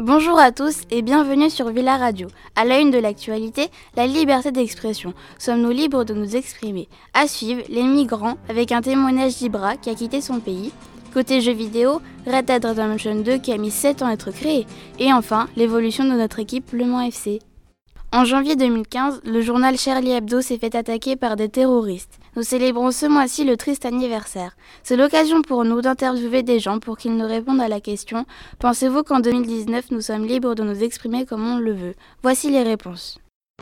Bonjour à tous et bienvenue sur Villa Radio. À la une de l'actualité, la liberté d'expression. Sommes-nous libres de nous exprimer? À suivre, les migrants, avec un témoignage d'Ibra qui a quitté son pays. Côté jeux vidéo, Red Dead Redemption 2 qui a mis 7 ans à être créé. Et enfin, l'évolution de notre équipe Le Mans FC. En janvier 2015, le journal Charlie Hebdo s'est fait attaquer par des terroristes. Nous célébrons ce mois-ci le triste anniversaire. C'est l'occasion pour nous d'interviewer des gens pour qu'ils nous répondent à la question « Pensez-vous qu'en 2019, nous sommes libres de nous exprimer comme on le veut ?» Voici les réponses.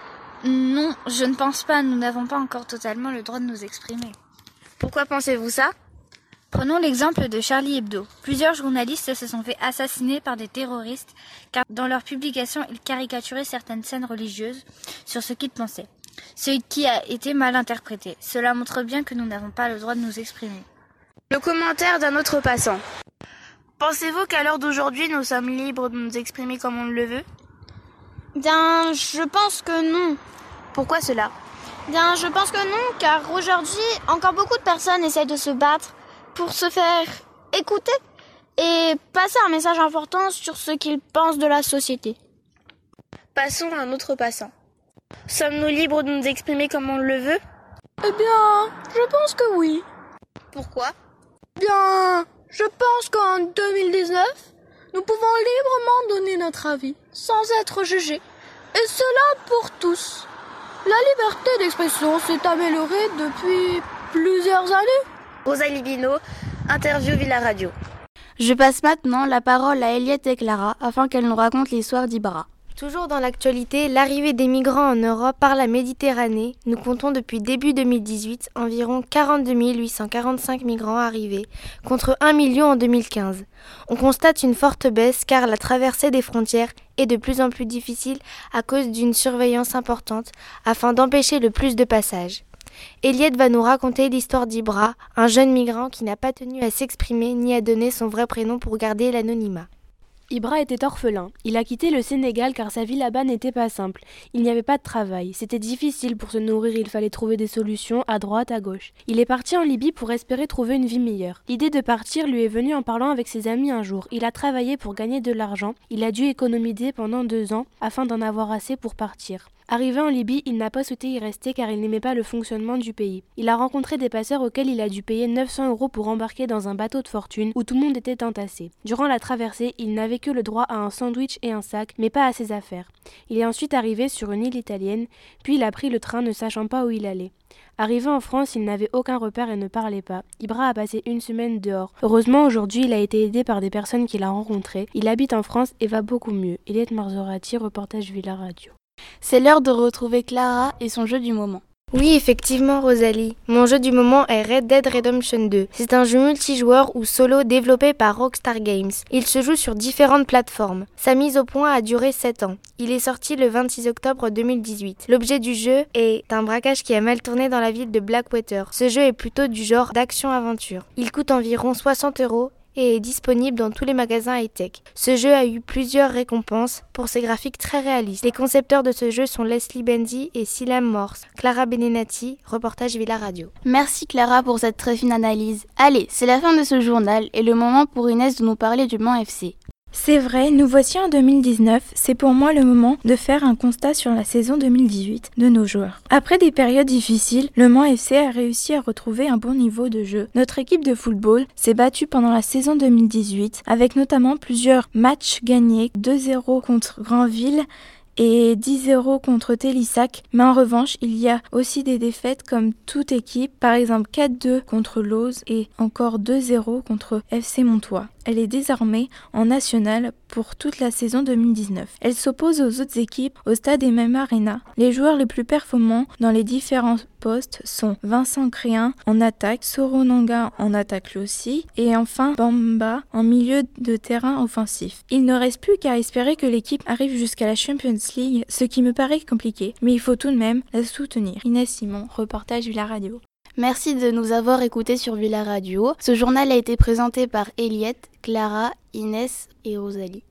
Non, je ne pense pas. Nous n'avons pas encore totalement le droit de nous exprimer. Pourquoi pensez-vous ça ? Prenons l'exemple de Charlie Hebdo. Plusieurs journalistes se sont fait assassiner par des terroristes car dans leurs publications, ils caricaturaient certaines scènes religieuses sur ce qu'ils pensaient. Ce qui a été mal interprété. Cela montre bien que nous n'avons pas le droit de nous exprimer. Le commentaire d'un autre passant. Pensez-vous qu'à l'heure d'aujourd'hui, nous sommes libres de nous exprimer comme on le veut ? Bien, je pense que non. Pourquoi cela ? Bien, je pense que non, car aujourd'hui, encore beaucoup de personnes essaient de se battre pour se faire écouter et passer un message important sur ce qu'ils pensent de la société. Passons à un autre passant. Sommes-nous libres de nous exprimer comme on le veut ? Eh bien, je pense que oui. Pourquoi ? Bien, je pense qu'en 2019, nous pouvons librement donner notre avis, sans être jugés. Et cela pour tous. La liberté d'expression s'est améliorée depuis plusieurs années. Rosalie Bino, interview Villa Radio. Je passe maintenant la parole à Eliette et Clara afin qu'elles nous racontent l'histoire d'Ibra. Toujours dans l'actualité, l'arrivée des migrants en Europe par la Méditerranée. Nous comptons depuis début 2018 environ 42 845 migrants arrivés, contre 1 million en 2015. On constate une forte baisse car la traversée des frontières est de plus en plus difficile à cause d'une surveillance importante afin d'empêcher le plus de passages. Eliette va nous raconter l'histoire d'Ibra, un jeune migrant qui n'a pas tenu à s'exprimer ni à donner son vrai prénom pour garder l'anonymat. Ibra était orphelin. Il a quitté le Sénégal car sa vie là-bas n'était pas simple. Il n'y avait pas de travail. C'était difficile pour se nourrir, il fallait trouver des solutions à droite, à gauche. Il est parti en Libye pour espérer trouver une vie meilleure. L'idée de partir lui est venue en parlant avec ses amis un jour. Il a travaillé pour gagner de l'argent. Il a dû économiser pendant 2 ans afin d'en avoir assez pour partir. Arrivé en Libye, il n'a pas souhaité y rester car il n'aimait pas le fonctionnement du pays. Il a rencontré des passeurs auxquels il a dû payer 900 € pour embarquer dans un bateau de fortune où tout le monde était entassé. Durant la traversée, il n'avait que le droit à un sandwich et un sac, mais pas à ses affaires. Il est ensuite arrivé sur une île italienne, puis il a pris le train ne sachant pas où il allait. Arrivé en France, il n'avait aucun repère et ne parlait pas. Ibra a passé 1 semaine dehors. Heureusement, aujourd'hui, il a été aidé par des personnes qu'il a rencontrées. Il habite en France et va beaucoup mieux. Eliette Marzorati, reportage Villa Radio. C'est l'heure de retrouver Clara et son jeu du moment. Oui, effectivement, Rosalie. Mon jeu du moment est Red Dead Redemption 2. C'est un jeu multijoueur ou solo développé par Rockstar Games. Il se joue sur différentes plateformes. Sa mise au point a duré 7 ans. Il est sorti le 26 octobre 2018. L'objet du jeu est un braquage qui a mal tourné dans la ville de Blackwater. Ce jeu est plutôt du genre d'action-aventure. Il coûte environ 60 € et est disponible dans tous les magasins high-tech. Ce jeu a eu plusieurs récompenses pour ses graphiques très réalistes. Les concepteurs de ce jeu sont Leslie Benzi et Silam Morse. Clara Benenati, reportage Villa Radio. Merci Clara pour cette très fine analyse. Allez, c'est la fin de ce journal et le moment pour Inès de nous parler du Mans FC. C'est vrai, nous voici en 2019, c'est pour moi le moment de faire un constat sur la saison 2018 de nos joueurs. Après des périodes difficiles, le Mans FC a réussi à retrouver un bon niveau de jeu. Notre équipe de football s'est battue pendant la saison 2018, avec notamment plusieurs matchs gagnés, 2-0 contre Granville et 10-0 contre Télissac, mais en revanche, il y a aussi des défaites comme toute équipe, par exemple 4-2 contre Lozes et encore 2-0 contre FC Montois. Elle est désormais en nationale pour toute la saison 2019. Elle s'oppose aux autres équipes au stade MM Arena. Les joueurs les plus performants dans les différents postes sont Vincent Créin en attaque, Soronanga en attaque lui aussi, et enfin Bamba en milieu de terrain offensif. Il ne reste plus qu'à espérer que l'équipe arrive jusqu'à la Champions League, ce qui me paraît compliqué, mais il faut tout de même la soutenir. Inès Simon, reportage Villa Radio. Merci de nous avoir écoutés sur Villa Radio. Ce journal a été présenté par Eliette, Clara, Inès et Rosalie.